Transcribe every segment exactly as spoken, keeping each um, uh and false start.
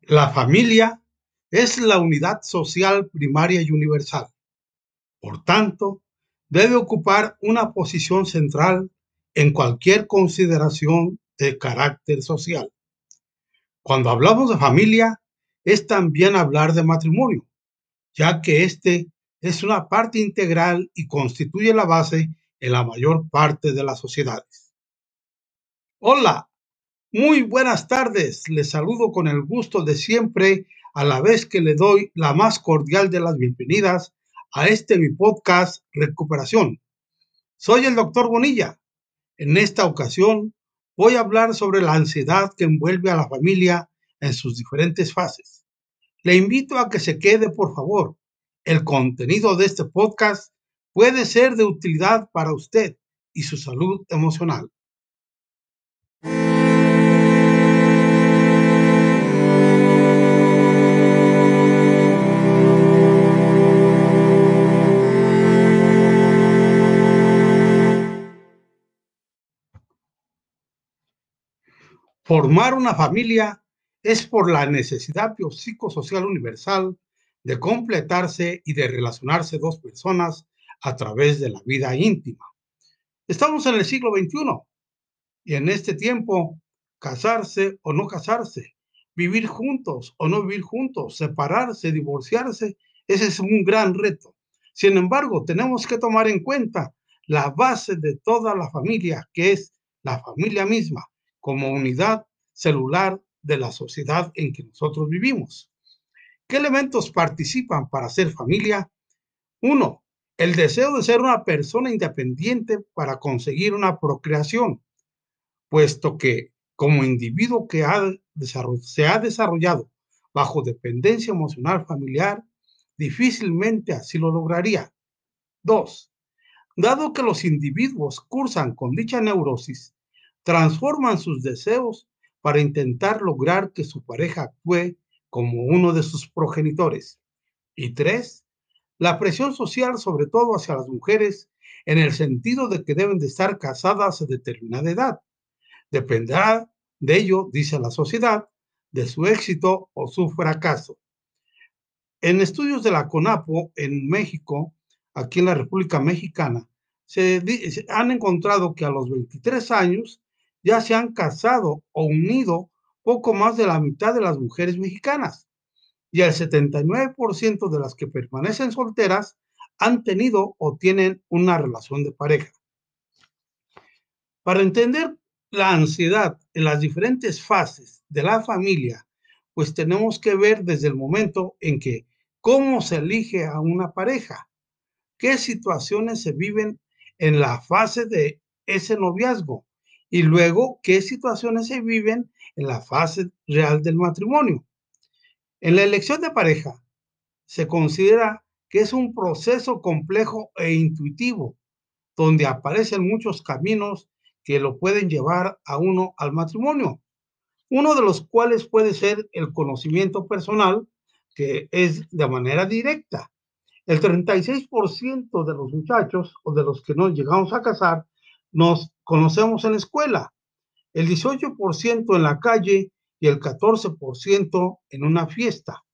La familia es la unidad social primaria y universal. Por tanto, debe ocupar una posición central en cualquier consideración de carácter social. Cuando hablamos de familia, es también hablar de matrimonio, ya que este es una parte integral y constituye la base en la mayor parte de las sociedades. Hola, muy buenas tardes. Les saludo con el gusto de siempre, a la vez que le doy la más cordial de las bienvenidas a este mi podcast Recuperación. Soy el doctor Bonilla. En esta ocasión voy a hablar sobre la ansiedad que envuelve a la familia en sus diferentes fases. Le invito a que se quede, por favor. El contenido de este podcast puede ser de utilidad para usted y su salud emocional. Formar una familia es por la necesidad biopsicosocial universal de completarse y de relacionarse dos personas a través de la vida íntima. Estamos en el siglo veintiuno y en este tiempo, casarse o no casarse, vivir juntos o no vivir juntos, separarse, divorciarse, ese es un gran reto. Sin embargo, tenemos que tomar en cuenta la base de toda la familia, que es la familia misma, como unidad celular de la sociedad en que nosotros vivimos. ¿Qué elementos participan para ser familia? Uno, el deseo de ser una persona independiente para conseguir una procreación, puesto que como individuo que ha se ha desarrollado bajo dependencia emocional familiar, difícilmente así lo lograría. Dos, dado que los individuos cursan con dicha neurosis, transforman sus deseos para intentar lograr que su pareja actúe como uno de sus progenitores. Y tres, la presión social, sobre todo hacia las mujeres, en el sentido de que deben de estar casadas a determinada edad. Dependerá de ello, dice la sociedad, de su éxito o su fracaso. En estudios de la CONAPO en México, aquí en la República Mexicana, se, se han encontrado que a los veintitrés años ya se han casado o unido poco más de la mitad de las mujeres mexicanas y el setenta y nueve por ciento de las que permanecen solteras han tenido o tienen una relación de pareja. Para entender la ansiedad en las diferentes fases de la familia, pues tenemos que ver desde el momento en que cómo se elige a una pareja, qué situaciones se viven en la fase de ese noviazgo y luego qué situaciones se viven en la fase real del matrimonio. En la elección de pareja se considera que es un proceso complejo e intuitivo donde aparecen muchos caminos que lo pueden llevar a uno al matrimonio, uno de los cuales puede ser el conocimiento personal, que es de manera directa. El treinta y seis por ciento de los muchachos o de los que nos llegamos a casar nos conocemos en la escuela, el dieciocho por ciento en la calle y el catorce por ciento en una fiesta.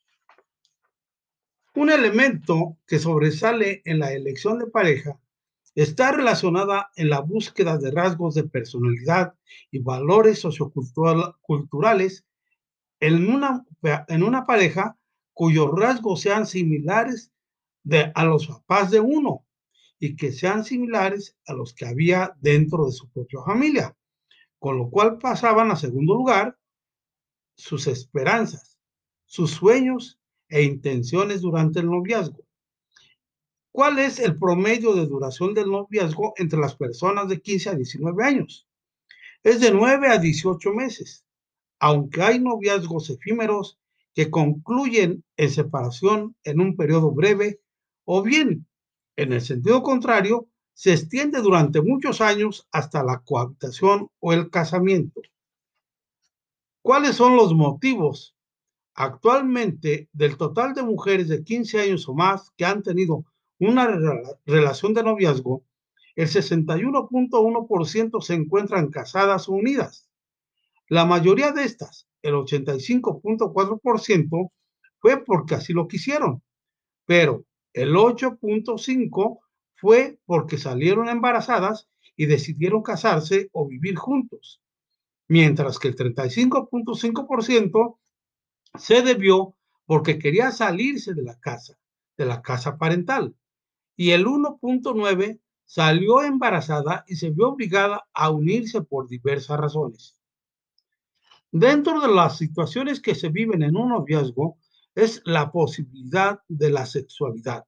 Un elemento que sobresale en la elección de pareja está relacionada en la búsqueda de rasgos de personalidad y valores socioculturales en una, en una pareja cuyos rasgos sean similares de, a los papás de uno y que sean similares a los que había dentro de su propia familia, con lo cual pasaban a segundo lugar sus esperanzas, sus sueños e intenciones durante el noviazgo. ¿Cuál es el promedio de duración del noviazgo entre las personas de quince a diecinueve años? Es de nueve a dieciocho meses, aunque hay noviazgos efímeros que concluyen en separación en un periodo breve, o bien, en el sentido contrario, se extiende durante muchos años hasta la cohabitación o el casamiento. ¿Cuáles son los motivos? Actualmente, del total de mujeres de quince años o más que han tenido una rela- relación de noviazgo, el sesenta y uno punto uno por ciento se encuentran casadas o unidas. La mayoría de estas el ochenta y cinco punto cuatro por ciento fue porque así lo quisieron, pero el ocho punto cinco por ciento fue porque salieron embarazadas y decidieron casarse o vivir juntos, mientras que el treinta y cinco punto cinco por ciento se debió porque quería salirse de la casa, de la casa parental, y el uno punto nueve por ciento salió embarazada y se vio obligada a unirse por diversas razones. Dentro de las situaciones que se viven en un noviazgo es la posibilidad de la sexualidad.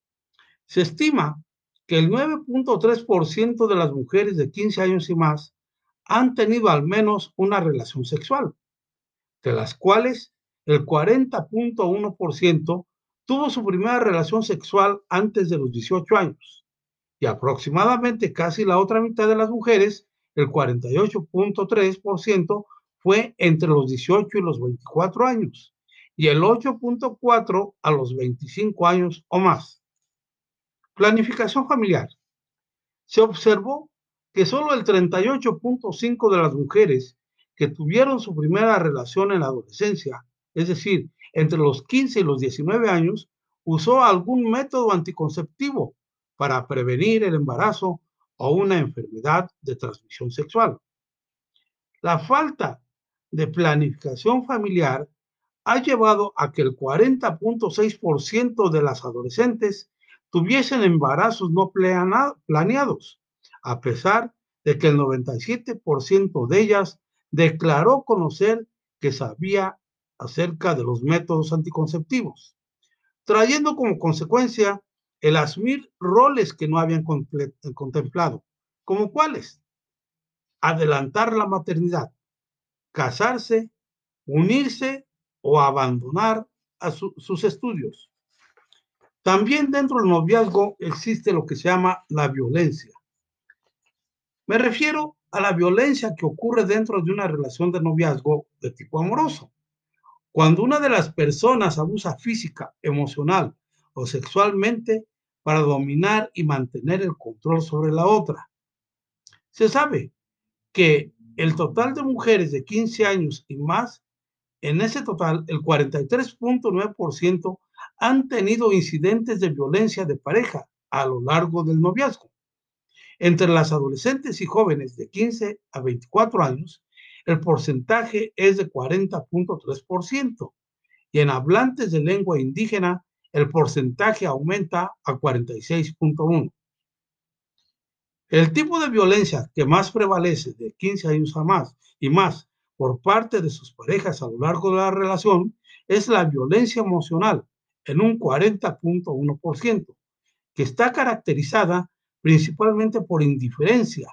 Se estima que el nueve punto tres por ciento de las mujeres de quince años y más han tenido al menos una relación sexual, de las cuales el cuarenta punto uno por ciento tuvo su primera relación sexual antes de los dieciocho años y aproximadamente casi la otra mitad de las mujeres, el cuarenta y ocho punto tres por ciento, fue entre los dieciocho y los veinticuatro años y el ocho punto cuatro por ciento a los veinticinco años o más. Planificación familiar. Se observó que solo el treinta y ocho punto cinco por ciento de las mujeres que tuvieron su primera relación en la adolescencia, es decir, entre los quince y los diecinueve años, usó algún método anticonceptivo para prevenir el embarazo o una enfermedad de transmisión sexual. La falta de planificación familiar ha llevado a que el cuarenta punto seis por ciento de las adolescentes tuviesen embarazos no planeados, a pesar de que el noventa y siete por ciento de ellas declaró conocer que sabía acerca de los métodos anticonceptivos, trayendo como consecuencia el asumir roles que no habían contemplado, como cuáles: adelantar la maternidad, casarse, unirse o abandonar a su, sus estudios. También dentro del noviazgo existe lo que se llama la violencia. Me refiero a la violencia que ocurre dentro de una relación de noviazgo de tipo amoroso. Cuando una de las personas abusa física, emocional o sexualmente para dominar y mantener el control sobre la otra. Se sabe que el total de mujeres de quince años y más, en ese total, el cuarenta y tres punto nueve por ciento han tenido incidentes de violencia de pareja a lo largo del noviazgo. Entre las adolescentes y jóvenes de quince a veinticuatro años, el porcentaje es de cuarenta punto tres por ciento y en hablantes de lengua indígena el porcentaje aumenta a cuarenta y seis punto uno por ciento. El tipo de violencia que más prevalece de quince años a más y más por parte de sus parejas a lo largo de la relación es la violencia emocional en un cuarenta punto uno por ciento, que está caracterizada principalmente por indiferencia,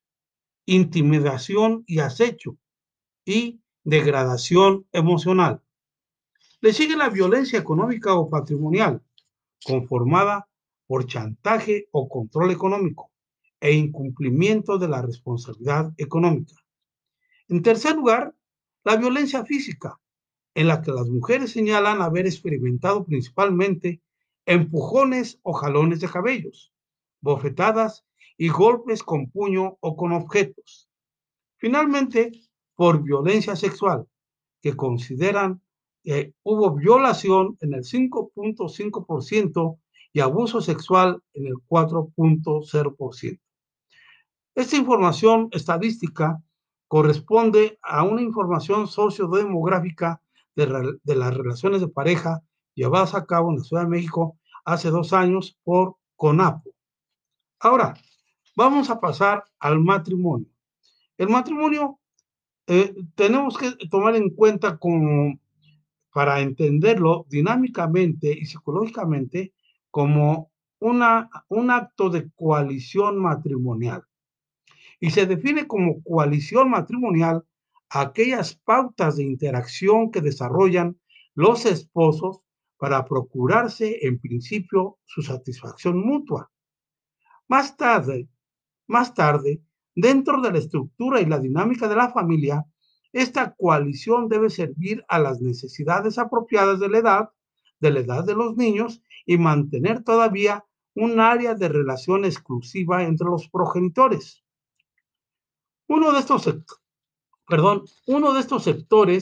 intimidación y acecho y degradación emocional. Le sigue la violencia económica o patrimonial, conformada por chantaje o control económico e incumplimiento de la responsabilidad económica. En tercer lugar, la violencia física, en la que las mujeres señalan haber experimentado principalmente empujones o jalones de cabellos, bofetadas y golpes con puño o con objetos. Finalmente, por violencia sexual, que consideran que hubo violación en el cinco punto cinco por ciento y abuso sexual en el cuatro punto cero por ciento. Esta información estadística corresponde a una información sociodemográfica de, de las relaciones de pareja llevadas a cabo en la Ciudad de México hace dos años por CONAPO. Ahora, vamos a pasar al matrimonio. El matrimonio eh, tenemos que tomar en cuenta como, para entenderlo dinámicamente y psicológicamente, como una, un acto de coalición matrimonial. Y se define como coalición matrimonial aquellas pautas de interacción que desarrollan los esposos para procurarse, en principio, su satisfacción mutua. Más tarde, más tarde, dentro de la estructura y la dinámica de la familia, esta coalición debe servir a las necesidades apropiadas de la edad, de la edad de los niños y mantener todavía un área de relación exclusiva entre los progenitores. Uno de estos, perdón, uno de estos sectores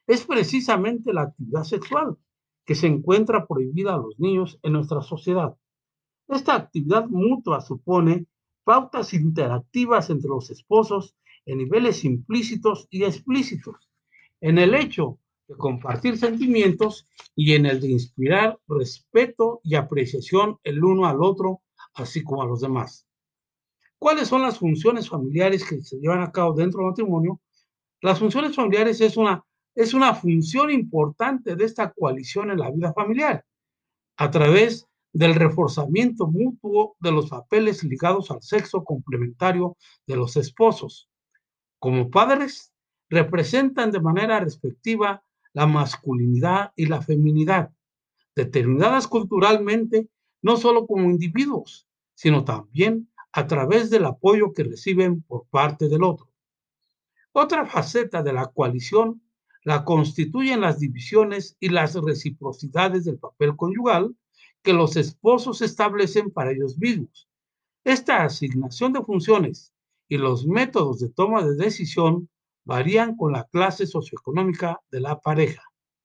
es precisamente la actividad sexual, que se encuentra prohibida a los niños en nuestra sociedad. Esta actividad mutua supone pautas interactivas entre los esposos en niveles implícitos y explícitos, en el hecho de compartir sentimientos y en el de inspirar respeto y apreciación el uno al otro, así como a los demás. ¿Cuáles son las funciones familiares que se llevan a cabo dentro del matrimonio? Las funciones familiares es una, es una función importante de esta coalición en la vida familiar a través del reforzamiento mutuo de los papeles ligados al sexo complementario de los esposos. Como padres, representan de manera respectiva la masculinidad y la feminidad, determinadas culturalmente no solo como individuos, sino también a través del apoyo que reciben por parte del otro. Otra faceta de la coalición la constituyen las divisiones y las reciprocidades del papel conyugal que los esposos establecen para ellos mismos. Esta asignación de funciones y los métodos de toma de decisión varían con la clase socioeconómica de la pareja.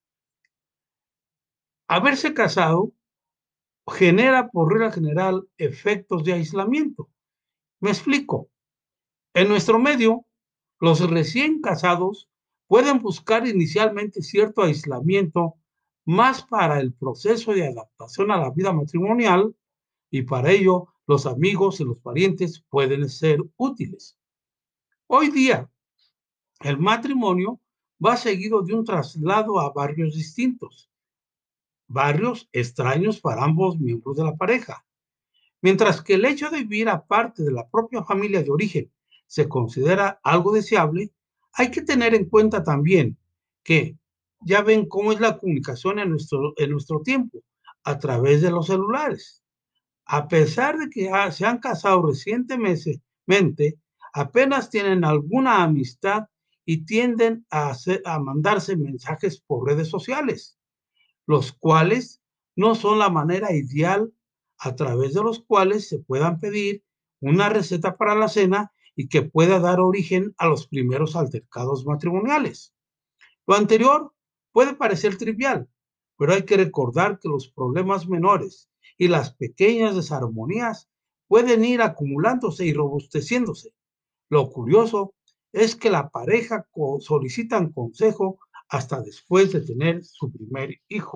Haberse casado genera por regla general efectos de aislamiento. Me explico. En nuestro medio, los recién casados pueden buscar inicialmente cierto aislamiento más para el proceso de adaptación a la vida matrimonial y para ello los amigos y los parientes pueden ser útiles. Hoy día, el matrimonio va seguido de un traslado a barrios distintos, barrios extraños para ambos miembros de la pareja. Mientras que el hecho de vivir aparte de la propia familia de origen se considera algo deseable, hay que tener en cuenta también que ya ven cómo es la comunicación en nuestro, en nuestro tiempo, a través de los celulares. A pesar de que ha- se han casado recientemente, apenas tienen alguna amistad y tienden a, hacer- a mandarse mensajes por redes sociales, los cuales no son la manera ideal a través de los cuales se puedan pedir una receta para la cena y que pueda dar origen a los primeros altercados matrimoniales. Lo anterior puede parecer trivial, pero hay que recordar que los problemas menores y las pequeñas desarmonías pueden ir acumulándose y robusteciéndose. Lo curioso es que la pareja co- solicitan consejo hasta después de tener su primer hijo.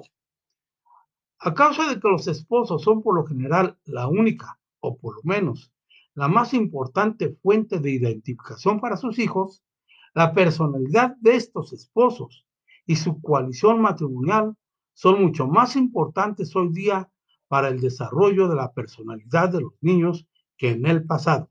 A causa de que los esposos son por lo general la única, o por lo menos la más importante fuente de identificación para sus hijos, la personalidad de estos esposos y su coalición matrimonial son mucho más importantes hoy día para el desarrollo de la personalidad de los niños que en el pasado.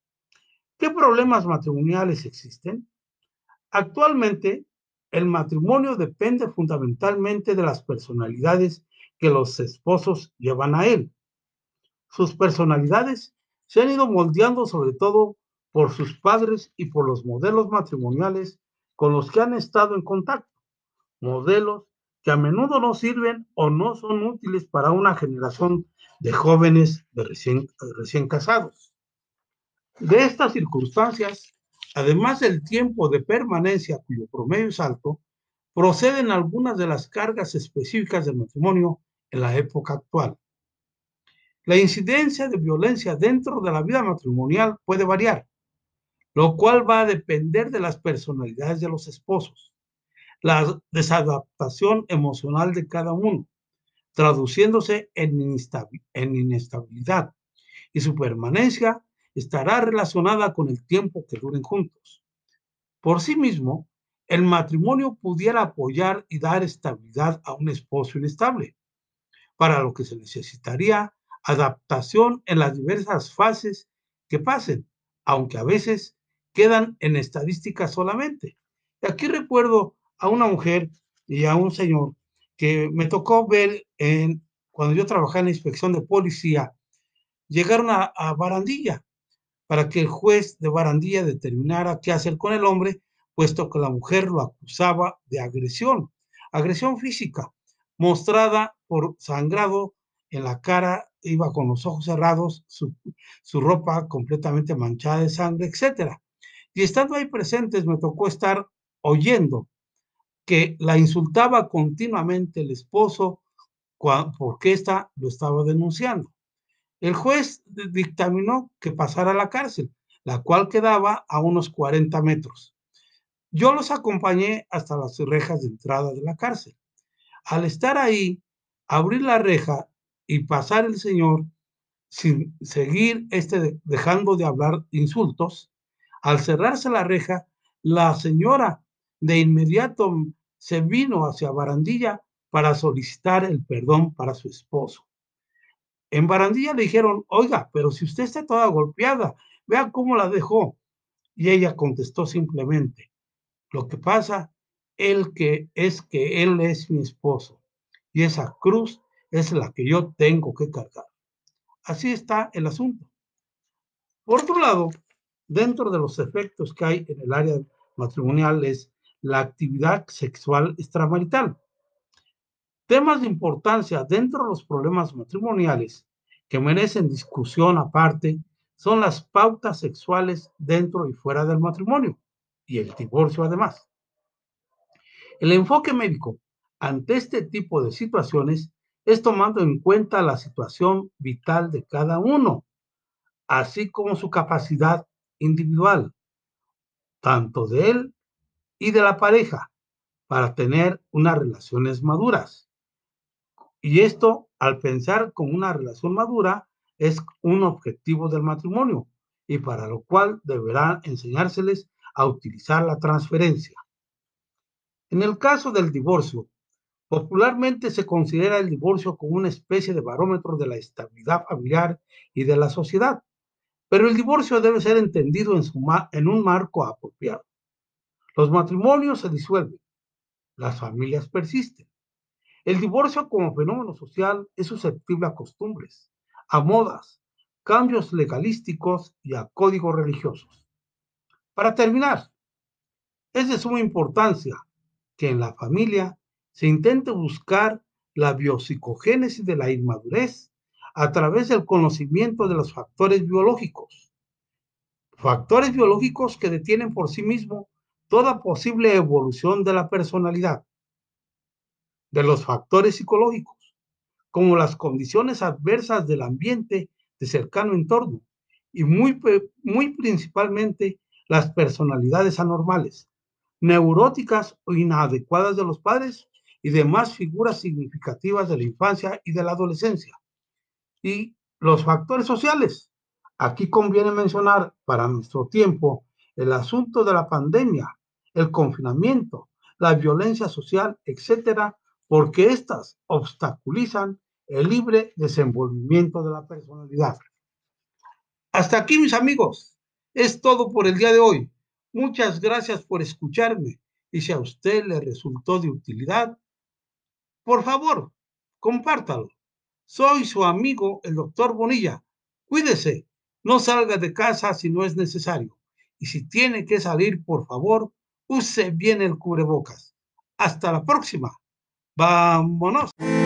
¿Qué problemas matrimoniales existen? Actualmente, el matrimonio depende fundamentalmente de las personalidades que los esposos llevan a él. Sus personalidades se han ido moldeando sobre todo por sus padres y por los modelos matrimoniales con los que han estado en contacto, modelos que a menudo no sirven o no son útiles para una generación de jóvenes de recién, recién casados. De estas circunstancias, además del tiempo de permanencia cuyo promedio es alto, proceden algunas de las cargas específicas del matrimonio en la época actual. La incidencia de violencia dentro de la vida matrimonial puede variar, lo cual va a depender de las personalidades de los esposos, la desadaptación emocional de cada uno, traduciéndose en, instabil en inestabilidad, y su permanencia estará relacionada con el tiempo que duren juntos. Por sí mismo, el matrimonio pudiera apoyar y dar estabilidad a un esposo inestable, para lo que se necesitaría adaptación en las diversas fases que pasen, aunque a veces quedan en estadísticas solamente. Y aquí recuerdo a una mujer y a un señor que me tocó ver en, cuando yo trabajaba en la inspección de policía, llegaron a, a Barandilla para que el juez de Barandilla determinara qué hacer con el hombre, puesto que la mujer lo acusaba de agresión, agresión física, mostrada por sangrado en la cara, iba con los ojos cerrados, su, su ropa completamente manchada de sangre, etcétera. Y estando ahí presentes, me tocó estar oyendo que la insultaba continuamente el esposo cua porque ésta lo estaba denunciando. El juez di dictaminó que pasara a la cárcel, la cual quedaba a unos cuarenta metros. Yo los acompañé hasta las rejas de entrada de la cárcel. Al estar ahí, abrir la reja y pasar el señor sin seguir este de- dejando de hablar insultos, al cerrarse la reja, la señora de inmediato se vino hacia Barandilla para solicitar el perdón para su esposo. En Barandilla le dijeron, oiga, pero si usted está toda golpeada, vea cómo la dejó. Y ella contestó simplemente, lo que pasa el que es que él es mi esposo y esa cruz es la que yo tengo que cargar. Así está el asunto. Por otro lado, dentro de los efectos que hay en el área matrimonial es la actividad sexual extramarital. Temas de importancia dentro de los problemas matrimoniales que merecen discusión aparte son las pautas sexuales dentro y fuera del matrimonio y el divorcio además. El enfoque médico ante este tipo de situaciones es tomando en cuenta la situación vital de cada uno, así como su capacidad individual, tanto de él y de la pareja, para tener unas relaciones maduras. Y esto, al pensar con una relación madura, es un objetivo del matrimonio y para lo cual deberán enseñárseles a utilizar la transferencia. En el caso del divorcio, popularmente se considera el divorcio como una especie de barómetro de la estabilidad familiar y de la sociedad, pero el divorcio debe ser entendido en, su en un marco apropiado. Los matrimonios se disuelven, las familias persisten. El divorcio como fenómeno social es susceptible a costumbres, a modas, cambios legalísticos y a códigos religiosos. Para terminar, es de suma importancia que en la familia se intente buscar la biopsicogénesis de la inmadurez a través del conocimiento de los factores biológicos, factores biológicos que detienen por sí mismo toda posible evolución de la personalidad, de los factores psicológicos, como las condiciones adversas del ambiente de cercano entorno y muy, muy principalmente las personalidades anormales, neuróticas o inadecuadas de los padres y demás figuras significativas de la infancia y de la adolescencia. Y los factores sociales. Aquí conviene mencionar para nuestro tiempo el asunto de la pandemia, el confinamiento, la violencia social, etcétera, porque éstas obstaculizan el libre desenvolvimiento de la personalidad. Hasta aquí, mis amigos. Es todo por el día de hoy. Muchas gracias por escucharme y si a usted le resultó de utilidad, por favor, compártalo. Soy su amigo, el doctor Bonilla. Cuídese, no salga de casa si no es necesario. Y si tiene que salir, por favor, use bien el cubrebocas. Hasta la próxima. Vámonos.